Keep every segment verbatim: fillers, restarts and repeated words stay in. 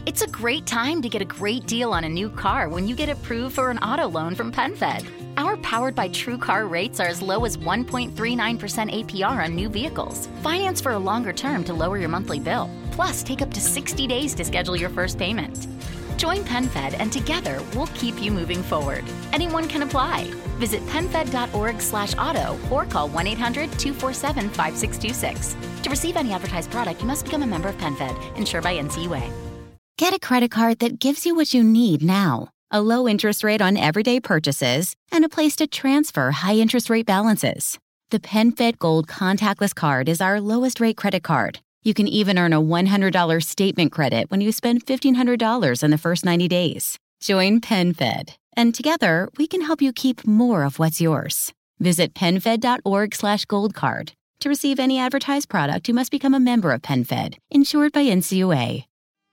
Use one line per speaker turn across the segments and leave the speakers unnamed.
It's a great time to get a great deal on a new car when you get approved for an auto loan from PenFed. Our Powered by True Car rates are as low as one point three nine percent A P R on new vehicles. Finance for a longer term to lower your monthly bill. Plus, take up to sixty days to schedule your first payment. Join PenFed and together we'll keep you moving forward. Anyone can apply. Visit penfed.org slash auto or call one eight hundred two four seven five six two six. To receive any advertised product, you must become a member of PenFed, insured by N C U A.
Get a credit card that gives you what you need now. A low interest rate on everyday purchases and a place to transfer high interest rate balances. The PenFed Gold Contactless Card is our lowest rate credit card. You can even earn a one hundred dollars statement credit when you spend fifteen hundred dollars in the first ninety days. Join PenFed, and together we can help you keep more of what's yours. Visit penfed.org slash goldcard. To receive any advertised product, you must become a member of PenFed, insured by N C U A.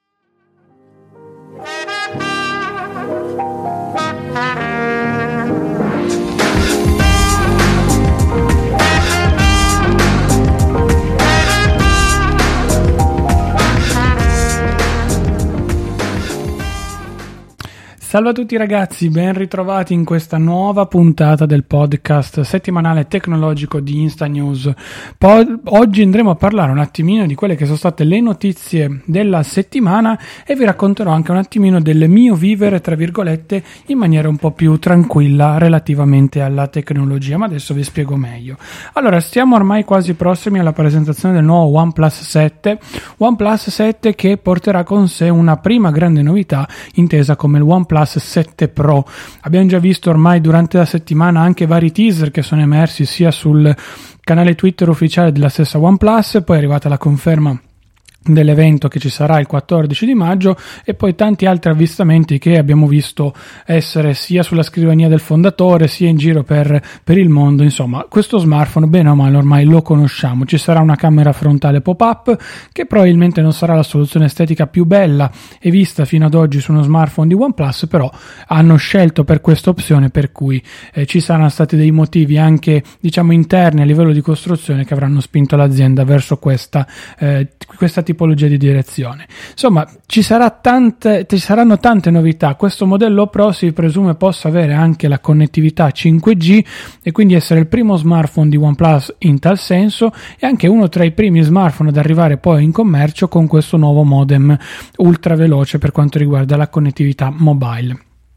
Salve a tutti ragazzi, ben ritrovati in questa nuova puntata del podcast settimanale tecnologico di Instanews. Po- oggi andremo a parlare un attimino di quelle che sono state le notizie della settimana e vi racconterò anche un attimino del mio vivere, tra virgolette, in maniera un po' più tranquilla relativamente alla tecnologia, ma adesso vi spiego meglio. Allora, stiamo ormai quasi prossimi alla presentazione del nuovo OnePlus sette, OnePlus sette che porterà con sé una prima grande novità intesa come il OnePlus sette Pro. Abbiamo già visto ormai durante la settimana anche vari teaser che sono emersi sia sul canale Twitter ufficiale della stessa OnePlus, poi è arrivata la conferma dell'evento che ci sarà il quattordici di maggio e poi tanti altri avvistamenti che abbiamo visto essere sia sulla scrivania del fondatore sia in giro per, per il mondo. Insomma, questo smartphone bene o male ormai lo conosciamo. Ci sarà una camera frontale pop-up che probabilmente non sarà la soluzione estetica più bella e vista fino ad oggi su uno smartphone di OnePlus, però hanno scelto per questa opzione, per cui eh, ci saranno stati dei motivi anche diciamo interni a livello di costruzione che avranno spinto l'azienda verso questa eh, questa tipologia di direzione. Insomma, ci sarà tante, ci saranno tante novità. Questo modello Pro si presume possa avere anche la connettività cinque G e quindi essere il primo smartphone di OnePlus in tal senso e anche uno tra i primi smartphone ad arrivare poi in commercio con questo nuovo modem ultra veloce per quanto riguarda la connettività mobile.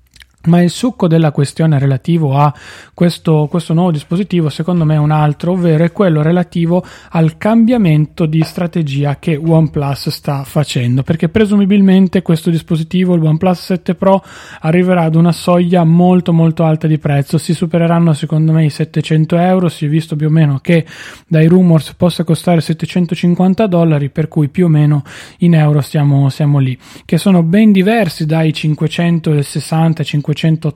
Ma il succo della questione relativo a questo, questo nuovo dispositivo secondo me è un altro, ovvero è quello relativo al cambiamento di strategia che OnePlus sta facendo, perché presumibilmente questo dispositivo, il OnePlus sette Pro, arriverà ad una soglia molto molto alta di prezzo. Si supereranno secondo me i settecento euro, si è visto più o meno che dai rumors possa costare settecentocinquanta dollari, per cui più o meno in euro siamo, siamo lì, che sono ben diversi dai cinquecentosessanta, cinquecentottanta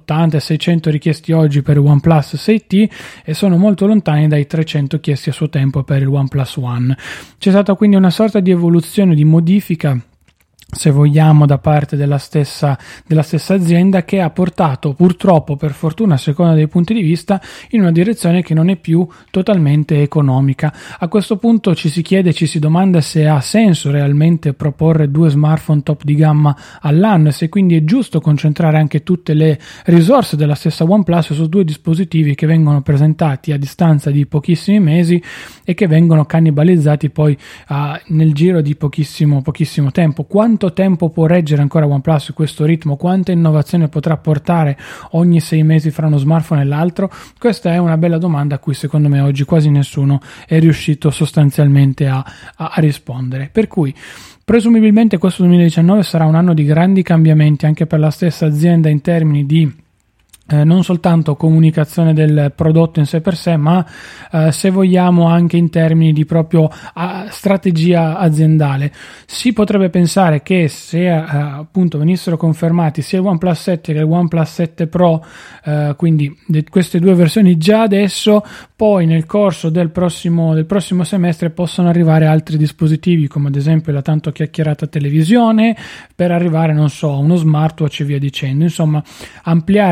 e seicento richiesti oggi per il OnePlus sei T e sono molto lontani dai trecento chiesti a suo tempo per il OnePlus One. C'è stata quindi una sorta di evoluzione, di modifica, se vogliamo, da parte della stessa della stessa azienda, che ha portato purtroppo, per fortuna a seconda dei punti di vista, in una direzione che non è più totalmente economica. A questo punto ci si chiede, ci si domanda se ha senso realmente proporre due smartphone top di gamma all'anno e se quindi è giusto concentrare anche tutte le risorse della stessa OnePlus su due dispositivi che vengono presentati a distanza di pochissimi mesi e che vengono cannibalizzati poi uh, nel giro di pochissimo pochissimo tempo. Quanto tempo può reggere ancora OnePlus questo ritmo? Quanta innovazione potrà portare ogni sei mesi fra uno smartphone e l'altro? Questa è una bella domanda a cui secondo me oggi quasi nessuno è riuscito sostanzialmente a, a, a rispondere. Per cui presumibilmente questo duemiladiciannove sarà un anno di grandi cambiamenti anche per la stessa azienda in termini di Eh, non soltanto comunicazione del prodotto in sé per sé, ma eh, se vogliamo anche in termini di proprio uh, strategia aziendale. Si potrebbe pensare che se uh, appunto venissero confermati sia il OnePlus sette che il OnePlus sette Pro, uh, quindi de- queste due versioni già adesso, poi nel corso del prossimo, del prossimo semestre possono arrivare altri dispositivi, come ad esempio la tanto chiacchierata televisione, per arrivare, non so, a uno smartwatch e via dicendo. Insomma, ampliare la gamma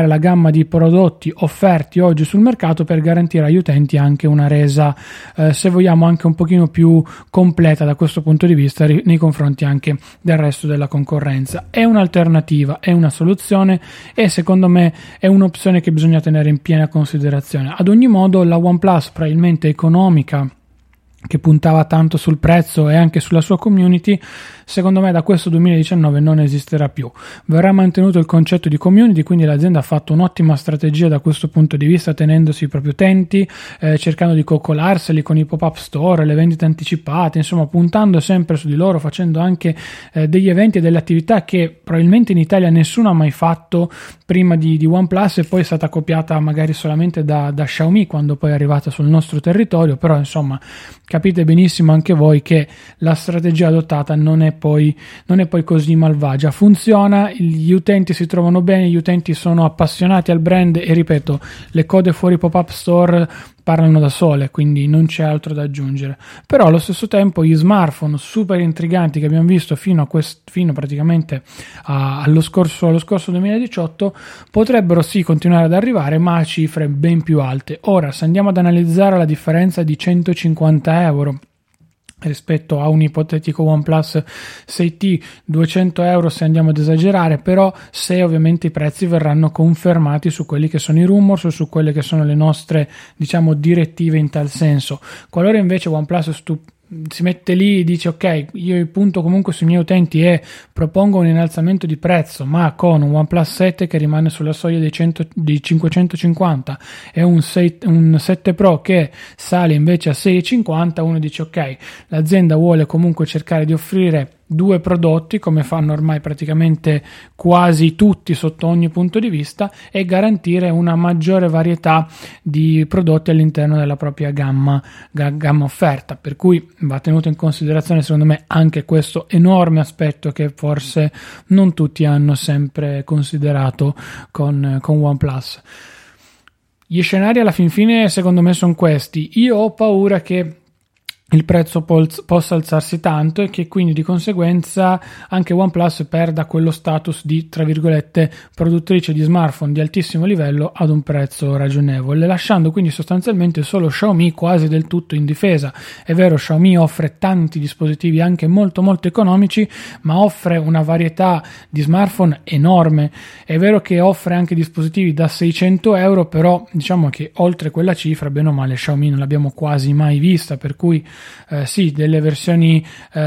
gamma di prodotti offerti oggi sul mercato per garantire agli utenti anche una resa, eh, se vogliamo, anche un pochino più completa da questo punto di vista ri- nei confronti anche del resto della concorrenza. È un'alternativa, è una soluzione e secondo me è un'opzione che bisogna tenere in piena considerazione. Ad ogni modo la OnePlus, probabilmente economica, che puntava tanto sul prezzo e anche sulla sua community, secondo me da questo duemiladiciannove non esisterà più. Verrà mantenuto il concetto di community, quindi l'azienda ha fatto un'ottima strategia da questo punto di vista, tenendosi i propri utenti, eh, cercando di coccolarseli con i pop-up store, le vendite anticipate, insomma puntando sempre su di loro, facendo anche eh, degli eventi e delle attività che probabilmente in Italia nessuno ha mai fatto prima di, di OnePlus, e poi è stata copiata magari solamente da, da Xiaomi quando poi è arrivata sul nostro territorio, però insomma capite benissimo anche voi che la strategia adottata non è poi non è poi così malvagia, funziona, gli utenti si trovano bene, gli utenti sono appassionati al brand e ripeto, le code fuori pop-up store parlano da sole, quindi non c'è altro da aggiungere. Però allo stesso tempo gli smartphone super intriganti che abbiamo visto fino a quest, fino praticamente a, allo scorso allo scorso duemiladiciotto potrebbero sì continuare ad arrivare, ma a cifre ben più alte. Ora, se andiamo ad analizzare la differenza di centocinquanta euro rispetto a un ipotetico OnePlus sei T, duecento euro se andiamo ad esagerare, però se ovviamente i prezzi verranno confermati su quelli che sono i rumors o su quelle che sono le nostre, diciamo, direttive in tal senso. Qualora invece OnePlus stu- si mette lì e dice ok, io punto comunque sui miei utenti e propongo un innalzamento di prezzo, ma con un OnePlus sette che rimane sulla soglia dei, cento, dei cinquecentocinquanta e un, sei, un sette Pro che sale invece a seicentocinquanta, uno dice ok, l'azienda vuole comunque cercare di offrire due prodotti come fanno ormai praticamente quasi tutti sotto ogni punto di vista e garantire una maggiore varietà di prodotti all'interno della propria gamma, gamma offerta, per cui va tenuto in considerazione secondo me anche questo enorme aspetto che forse non tutti hanno sempre considerato con, con OnePlus. Gli scenari alla fin fine secondo me sono questi. Io ho paura che il prezzo possa alzarsi tanto e che quindi di conseguenza anche OnePlus perda quello status di, tra virgolette, produttrice di smartphone di altissimo livello ad un prezzo ragionevole, lasciando quindi sostanzialmente solo Xiaomi quasi del tutto in difesa. È vero, Xiaomi offre tanti dispositivi anche molto molto economici, ma offre una varietà di smartphone enorme. È vero che offre anche dispositivi da seicento euro, però diciamo che oltre quella cifra, bene o male, Xiaomi non l'abbiamo quasi mai vista, per cui Eh, sì, delle versioni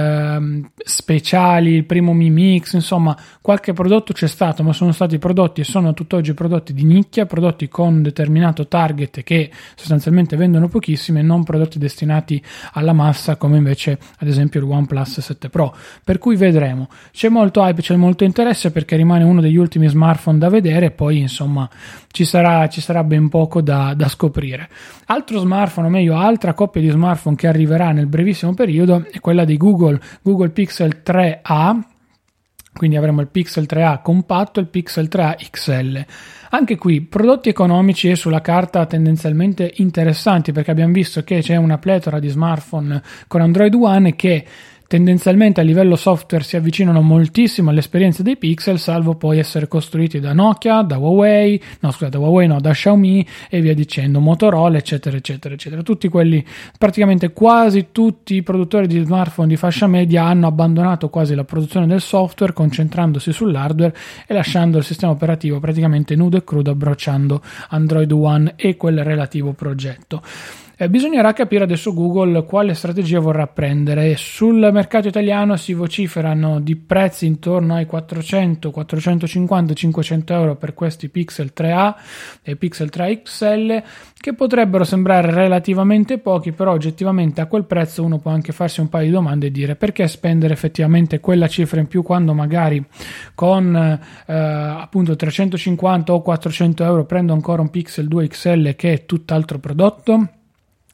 eh, speciali, il primo Mi Mix, insomma qualche prodotto c'è stato, ma sono stati prodotti e sono tutt'oggi prodotti di nicchia, prodotti con un determinato target che sostanzialmente vendono pochissimo e non prodotti destinati alla massa come invece ad esempio il OnePlus sette Pro, per cui vedremo. C'è molto hype, c'è molto interesse perché rimane uno degli ultimi smartphone da vedere e poi insomma ci sarà, ci sarà ben poco da, da scoprire. Altro smartphone, o meglio altra coppia di smartphone che arriverà nel brevissimo periodo è quella di Google, Google Pixel tre a, quindi avremo il Pixel tre a compatto e il Pixel tre a X L. Anche qui prodotti economici e sulla carta tendenzialmente interessanti, perché abbiamo visto che c'è una pletora di smartphone con Android One che tendenzialmente a livello software si avvicinano moltissimo all'esperienza dei Pixel, salvo poi essere costruiti da Nokia, da Huawei, no scusa, da Huawei no, da Xiaomi e via dicendo, Motorola, eccetera, eccetera, eccetera. Tutti quelli, praticamente quasi tutti i produttori di smartphone di fascia media hanno abbandonato quasi la produzione del software, concentrandosi sull'hardware e lasciando il sistema operativo praticamente nudo e crudo, abbracciando Android One e quel relativo progetto. Eh, bisognerà capire adesso Google quale strategia vorrà prendere. Sul mercato italiano si vociferano di prezzi intorno ai quattrocento, quattrocentocinquanta, cinquecento euro per questi Pixel tre a e Pixel tre a X L, che potrebbero sembrare relativamente pochi, però oggettivamente a quel prezzo uno può anche farsi un paio di domande e dire perché spendere effettivamente quella cifra in più quando magari con eh, appunto trecentocinquanta o quattrocento euro prendo ancora un Pixel due X L che è tutt'altro prodotto.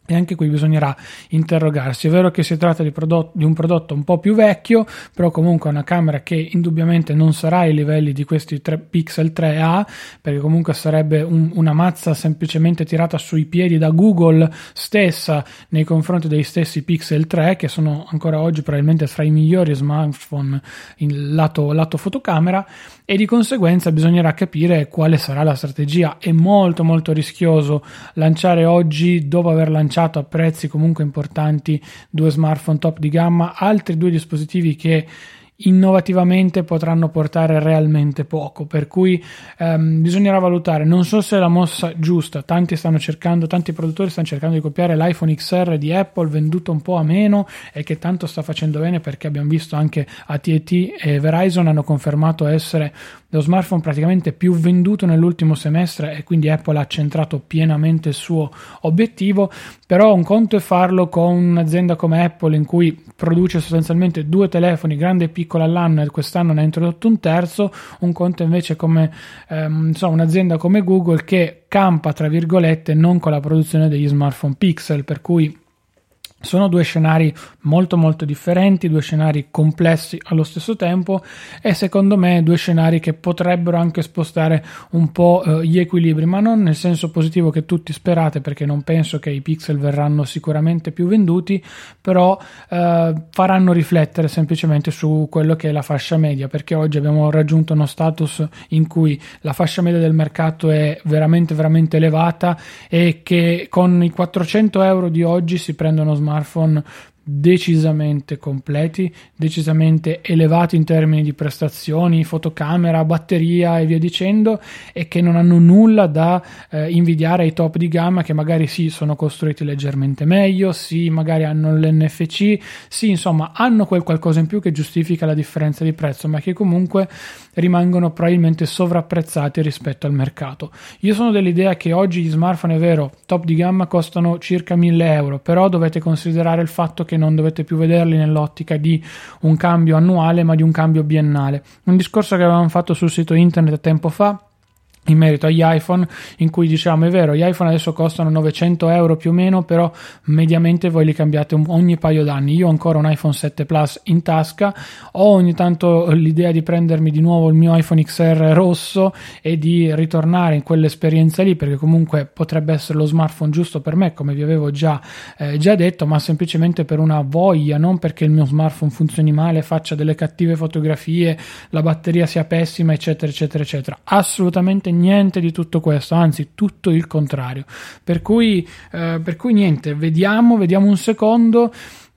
E anche qui bisognerà interrogarsi. È vero che si tratta di, prodotto, di un prodotto un po' più vecchio, però comunque è una camera che indubbiamente non sarà ai livelli di questi tre Pixel tre a, perché comunque sarebbe un, una mazza semplicemente tirata sui piedi da Google stessa nei confronti dei stessi Pixel tre, che sono ancora oggi probabilmente fra i migliori smartphone in lato, lato fotocamera, e di conseguenza bisognerà capire quale sarà la strategia. È molto molto rischioso lanciare oggi, dopo aver lanciato a prezzi comunque importanti, due smartphone top di gamma, altri due dispositivi che innovativamente potranno portare realmente poco, per cui ehm, bisognerà valutare. Non so se è la mossa giusta. Tanti stanno cercando, tanti produttori stanno cercando di copiare l'iPhone X R di Apple, venduto un po' a meno e che tanto sta facendo bene, perché abbiamo visto anche A T and T e Verizon hanno confermato essere lo smartphone praticamente più venduto nell'ultimo semestre, e quindi Apple ha centrato pienamente il suo obiettivo. Però un conto è farlo con un'azienda come Apple, in cui produce sostanzialmente due telefoni, grande e piccolo, all'anno, e quest'anno ne ha introdotto un terzo. Un conto invece come ehm, insomma, un'azienda come Google, che campa tra virgolette non con la produzione degli smartphone Pixel, per cui sono due scenari molto molto differenti, due scenari complessi allo stesso tempo, e secondo me due scenari che potrebbero anche spostare un po' eh, gli equilibri, ma non nel senso positivo che tutti sperate, perché non penso che i Pixel verranno sicuramente più venduti, però eh, faranno riflettere semplicemente su quello che è la fascia media, perché oggi abbiamo raggiunto uno status in cui la fascia media del mercato è veramente veramente elevata, e che con i quattrocento euro di oggi si prendono smartphone decisamente completi, decisamente elevati in termini di prestazioni, fotocamera, batteria e via dicendo, e che non hanno nulla da eh, invidiare ai top di gamma, che magari sì sono costruiti leggermente meglio, sì magari hanno l'N F C, sì insomma hanno quel qualcosa in più che giustifica la differenza di prezzo, ma che comunque rimangono probabilmente sovrapprezzati rispetto al mercato. Io sono dell'idea che oggi gli smartphone, è vero, top di gamma costano circa mille euro, però dovete considerare il fatto che non dovete più vederli nell'ottica di un cambio annuale, ma di un cambio biennale. Un discorso che avevamo fatto sul sito internet tempo fa in merito agli iPhone, in cui diciamo è vero, gli iPhone adesso costano novecento euro più o meno, però mediamente voi li cambiate ogni paio d'anni. Io ho ancora un iPhone sette Plus in tasca, ho ogni tanto l'idea di prendermi di nuovo il mio iPhone X R rosso e di ritornare in quell'esperienza lì, perché comunque potrebbe essere lo smartphone giusto per me, come vi avevo già, eh, già detto, ma semplicemente per una voglia, non perché il mio smartphone funzioni male, faccia delle cattive fotografie, la batteria sia pessima, eccetera eccetera eccetera. Assolutamente niente di tutto questo, anzi tutto il contrario, per cui, eh, per cui niente, vediamo, vediamo un secondo.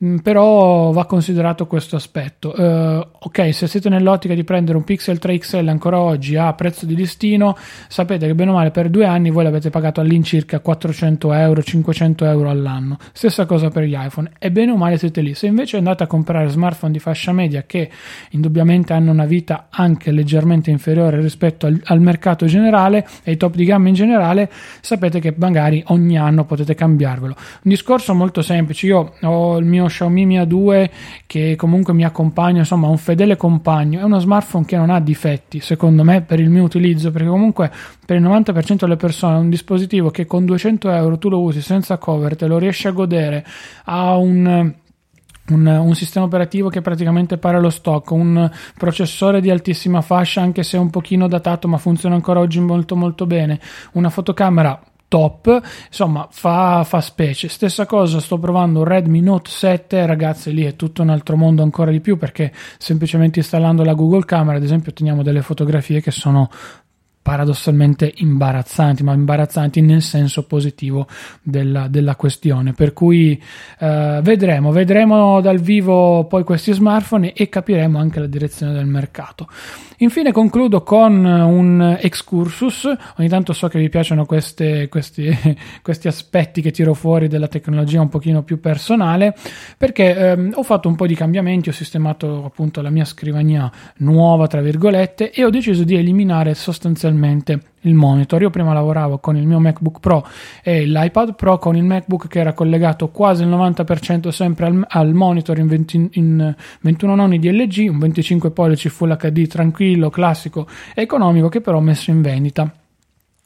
Però va considerato questo aspetto. Uh, ok, se siete nell'ottica di prendere un Pixel tre X L ancora oggi a prezzo di listino, sapete che bene o male per due anni voi l'avete pagato all'incirca quattrocento euro, cinquecento euro all'anno. Stessa cosa per gli iPhone, e bene o male siete lì. Se invece andate a comprare smartphone di fascia media, che indubbiamente hanno una vita anche leggermente inferiore rispetto al, al mercato generale e ai top di gamma in generale, sapete che magari ogni anno potete cambiarvelo. Un discorso molto semplice: io ho il mio Xiaomi Mi A due che comunque mi accompagna, insomma un fedele compagno. È uno smartphone che non ha difetti secondo me per il mio utilizzo, perché comunque per il novanta per cento delle persone è un dispositivo che con duecento euro tu lo usi senza cover, te lo riesci a godere, ha un Un, un sistema operativo che praticamente pare allo stock, un processore di altissima fascia anche se un pochino datato, ma funziona ancora oggi molto molto bene, una fotocamera top, insomma fa, fa specie. Stessa cosa, sto provando un Redmi Note sette, ragazzi, lì è tutto un altro mondo ancora di più, perché semplicemente installando la Google Camera ad esempio otteniamo delle fotografie che sono paradossalmente imbarazzanti, ma imbarazzanti nel senso positivo della, della questione, per cui eh, vedremo vedremo dal vivo poi questi smartphone e capiremo anche la direzione del mercato. Infine concludo con un excursus. Ogni tanto so che vi piacciono queste, questi, questi aspetti che tiro fuori della tecnologia un pochino più personale, perché ehm, ho fatto un po' di cambiamenti, ho sistemato appunto la mia scrivania nuova tra virgolette e ho deciso di eliminare sostanzialmente il monitor. Io prima lavoravo con il mio MacBook Pro e l'iPad Pro, con il MacBook che era collegato quasi il novanta per cento sempre al, al monitor in, venti, in ventuno noni di L G, un venticinque pollici Full H D tranquillo, classico, economico, che però ho messo in vendita.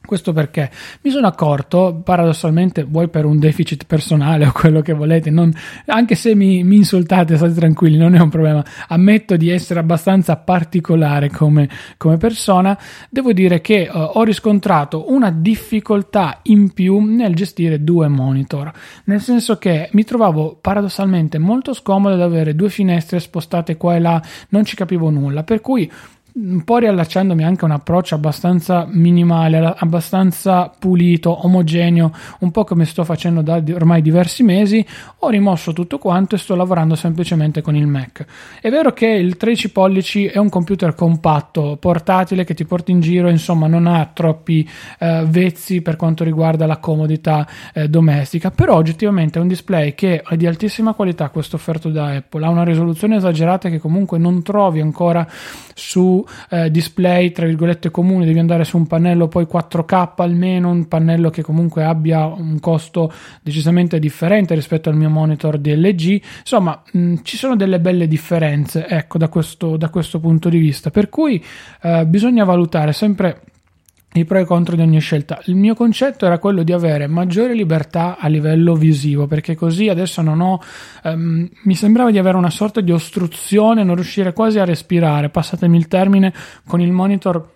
Questo perché mi sono accorto, paradossalmente, vuoi per un deficit personale o quello che volete, non, anche se mi, mi insultate, state tranquilli, non è un problema, ammetto di essere abbastanza particolare come, come persona, devo dire che uh, ho riscontrato una difficoltà in più nel gestire due monitor, nel senso che mi trovavo paradossalmente molto scomodo ad avere due finestre spostate qua e là, non ci capivo nulla, per cui un po' riallacciandomi anche a un approccio abbastanza minimale, abbastanza pulito, omogeneo, un po' come sto facendo da ormai diversi mesi, ho rimosso tutto quanto e sto lavorando semplicemente con il Mac. È vero che il tredici pollici è un computer compatto, portatile, che ti porti in giro, insomma non ha troppi eh, vezzi per quanto riguarda la comodità eh, domestica, però oggettivamente è un display che è di altissima qualità, questo offerto da Apple, ha una risoluzione esagerata che comunque non trovi ancora su Eh, display tra virgolette comuni, devi andare su un pannello poi quattro K almeno, un pannello che comunque abbia un costo decisamente differente rispetto al mio monitor D L G, insomma mh, ci sono delle belle differenze, ecco, da questo, da questo punto di vista, per cui eh, bisogna valutare sempre i pro e i contro di ogni scelta. Il mio concetto era quello di avere maggiore libertà a livello visivo, perché così adesso non ho ehm, mi sembrava di avere una sorta di ostruzione, non riuscire quasi a respirare, passatemi il termine, con il monitor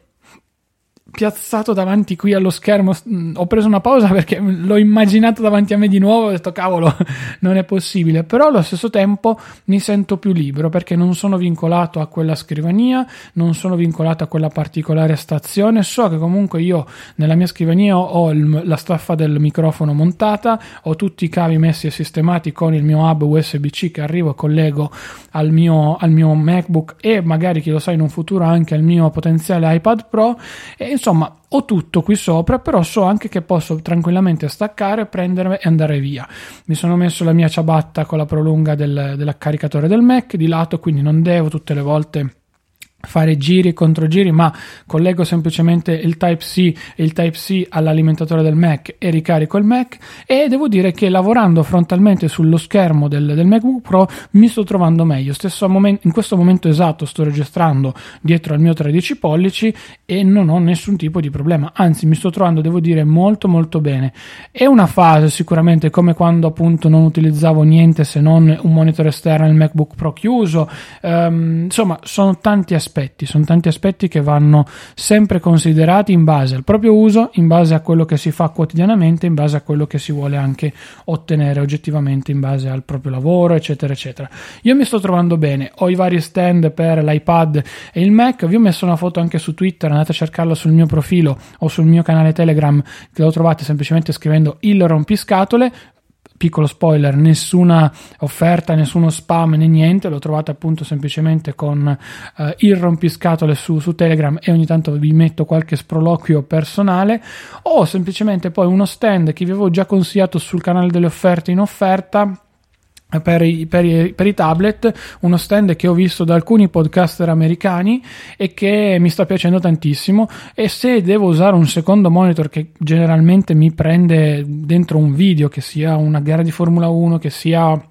piazzato davanti qui allo schermo. Ho preso una pausa perché l'ho immaginato davanti a me di nuovo, ho detto cavolo, non è possibile, però allo stesso tempo mi sento più libero perché non sono vincolato a quella scrivania, non sono vincolato a quella particolare stazione, so che comunque io nella mia scrivania ho il, la staffa del microfono montata, ho tutti i cavi messi e sistemati con il mio hub U S B C che arrivo e collego al mio, al mio MacBook e magari, chi lo sa, in un futuro anche al mio potenziale iPad Pro, e insomma ho tutto qui sopra, però so anche che posso tranquillamente staccare, prendermi e andare via. Mi sono messo la mia ciabatta con la prolunga del, del caricatore del Mac di lato, quindi non devo tutte le volte fare giri e controgiri, ma collego semplicemente il Type-C e il Type-C all'alimentatore del Mac e ricarico il Mac, e devo dire che lavorando frontalmente sullo schermo del, del MacBook Pro mi sto trovando meglio. Stesso momento, in questo momento esatto sto registrando dietro al mio tredici pollici e non ho nessun tipo di problema, anzi mi sto trovando, devo dire, molto molto bene. È una fase sicuramente come quando appunto non utilizzavo niente se non un monitor esterno e il MacBook Pro chiuso, um, insomma sono tanti aspetti aspetti, sono tanti aspetti che vanno sempre considerati in base al proprio uso, in base a quello che si fa quotidianamente, in base a quello che si vuole anche ottenere oggettivamente in base al proprio lavoro, eccetera eccetera. Io mi sto trovando bene, ho i vari stand per l'iPad e il Mac, vi ho messo una foto anche su Twitter, andate a cercarlo sul mio profilo o sul mio canale Telegram, che lo trovate semplicemente scrivendo il rompiscatole. Piccolo spoiler, nessuna offerta, nessuno spam né niente, lo trovate appunto semplicemente con uh, il rompiscatole su, su Telegram, e ogni tanto vi metto qualche sproloquio personale, o semplicemente poi uno stand che vi avevo già consigliato sul canale delle offerte in offerta Per i, per, i, per i tablet, uno stand che ho visto da alcuni podcaster americani e che mi sta piacendo tantissimo. E se devo usare un secondo monitor che generalmente mi prende dentro un video, che sia una gara di Formula uno, che sia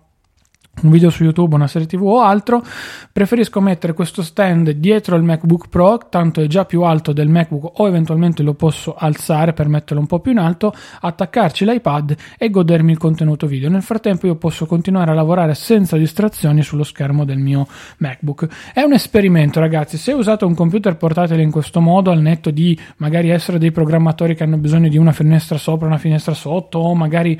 un video su YouTube, una serie tv o altro, preferisco mettere questo stand dietro il MacBook Pro, tanto è già più alto del MacBook, o eventualmente lo posso alzare per metterlo un po' più in alto, attaccarci l'iPad e godermi il contenuto video. Nel frattempo io posso continuare a lavorare senza distrazioni sullo schermo del mio MacBook. È un esperimento, ragazzi. Se usate un computer portatile in questo modo, al netto di magari essere dei programmatori che hanno bisogno di una finestra sopra, una finestra sotto, o magari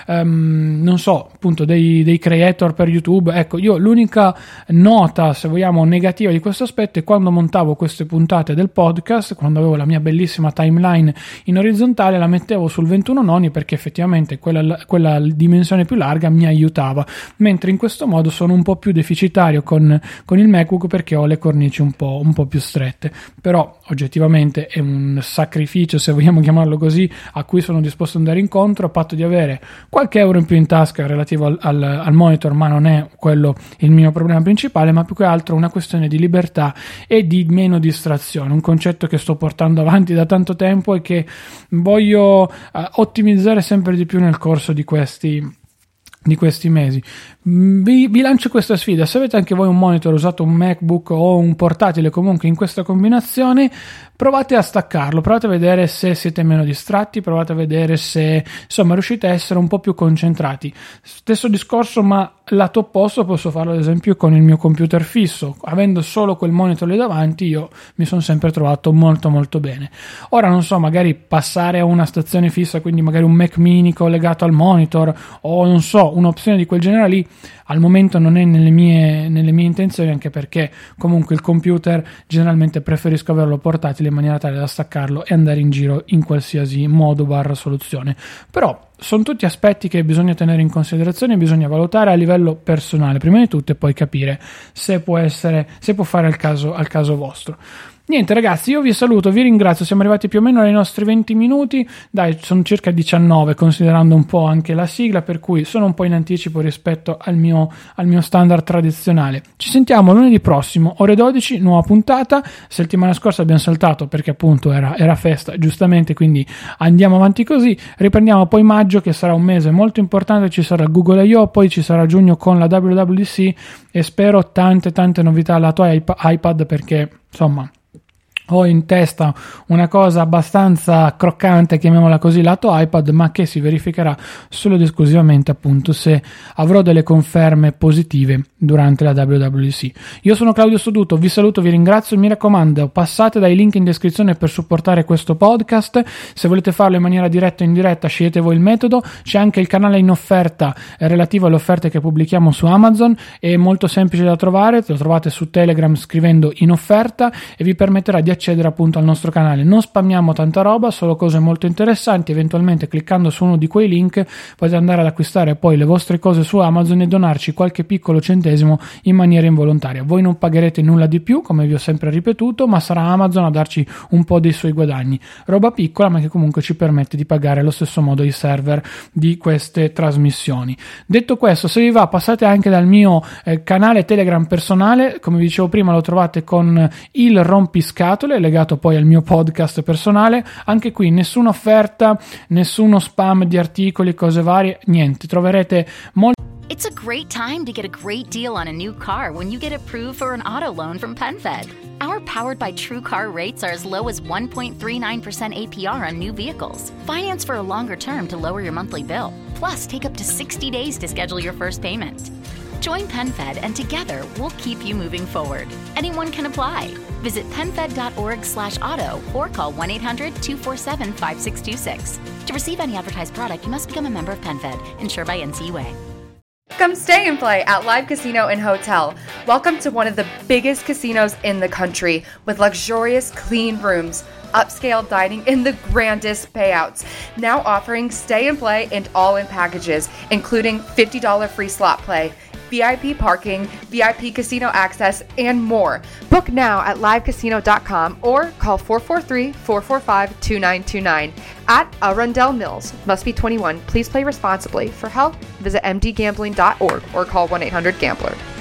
um, non so, appunto dei, dei creator per YouTube, ecco, io l'unica nota, se vogliamo, negativa di questo aspetto è quando montavo queste puntate del podcast, quando avevo la mia bellissima timeline in orizzontale, la mettevo sul ventuno noni perché effettivamente quella, quella dimensione più larga mi aiutava, mentre in questo modo sono un po' più deficitario con, con il MacBook perché ho le cornici un po', un po' più strette. Però oggettivamente è un sacrificio, se vogliamo chiamarlo così, a cui sono disposto ad andare incontro, a patto di avere qualche euro in più in tasca relativo al, al, al monitor, ma non è quello il mio problema principale, ma più che altro una questione di libertà e di meno distrazione, un concetto che sto portando avanti da tanto tempo e che voglio uh, ottimizzare sempre di più nel corso di questi di questi mesi. Vi, vi lancio questa sfida: se avete anche voi un monitor, usate un MacBook o un portatile, comunque in questa combinazione, provate a staccarlo, provate a vedere se siete meno distratti, provate a vedere se insomma riuscite a essere un po' più concentrati. Stesso discorso, ma lato opposto posso farlo ad esempio con il mio computer fisso. Avendo solo quel monitor lì davanti, io mi sono sempre trovato molto molto bene. Ora non so, magari passare a una stazione fissa, quindi magari un Mac mini collegato al monitor o non so, un'opzione di quel genere lì, al momento non è nelle mie, nelle mie intenzioni, anche perché comunque il computer generalmente preferisco averlo portatile in maniera tale da staccarlo e andare in giro in qualsiasi modo barra soluzione. Però sono tutti aspetti che bisogna tenere in considerazione e bisogna valutare a livello personale prima di tutto, e poi capire se può essere, se può fare al caso, al caso vostro. Niente ragazzi, io vi saluto, vi ringrazio, siamo arrivati più o meno ai nostri venti minuti, dai, sono circa diciannove considerando un po' anche la sigla, per cui sono un po' in anticipo rispetto al mio, al mio standard tradizionale. Ci sentiamo lunedì prossimo, ore dodici, nuova puntata. Settimana scorsa abbiamo saltato perché appunto era, era festa, giustamente, quindi andiamo avanti così. Riprendiamo poi maggio, che sarà un mese molto importante, ci sarà Google I O, poi ci sarà giugno con la W W D C e spero tante tante novità alla tua iPad, perché insomma ho in testa una cosa abbastanza croccante, chiamiamola così, lato iPad, ma che si verificherà solo ed esclusivamente appunto se avrò delle conferme positive durante la W W D C. Io sono Claudio Soduto, vi saluto, vi ringrazio, mi raccomando, passate dai link in descrizione per supportare questo podcast. Se volete farlo in maniera diretta o indiretta, scegliete voi il metodo. C'è anche il canale in offerta relativo alle offerte che pubblichiamo su Amazon, è molto semplice da trovare, lo trovate su Telegram scrivendo in offerta e vi permetterà di accedere appunto al nostro canale. Non spammiamo tanta roba, solo cose molto interessanti. Eventualmente cliccando su uno di quei link potete andare ad acquistare poi le vostre cose su Amazon e donarci qualche piccolo centesimo in maniera involontaria. Voi non pagherete nulla di più, come vi ho sempre ripetuto, ma sarà Amazon a darci un po' dei suoi guadagni. Roba piccola, ma che comunque ci permette di pagare allo stesso modo i server di queste trasmissioni. Detto questo, se vi va, passate anche dal mio eh, canale Telegram personale. Come vi dicevo prima, lo trovate con il rompiscatole, legato poi al mio podcast personale. Anche qui nessuna offerta, nessuno spam di articoli, cose varie, niente, troverete molto.
It's a great time to get a great deal on a new car when you get approved for an auto loan from PenFed. Our Powered by True Car rates are as low as one point three nine percent A P R on new vehicles. Finance for a longer term to lower your monthly bill. Plus, take up to sixty days to schedule your first payment. Join PenFed and together we'll keep you moving forward. Anyone can apply. Visit penfed.org slash auto or call one eight hundred two four seven five six two six. To receive any advertised product, you must become a member of PenFed, insured by N C U A.
Come stay and play at Live Casino and Hotel. Welcome to one of the biggest casinos in the country with luxurious, clean rooms, upscale dining, and the grandest payouts. Now offering stay and play and all-in packages, including fifty dollars free slot play, V I P parking, V I P casino access, and more. Book now at live casino dot com or call four four three, four four five, two nine two nine. At Arundel Mills. Must be twenty-one. Please play responsibly. For help, visit m d gambling dot org or call one eight hundred gambler.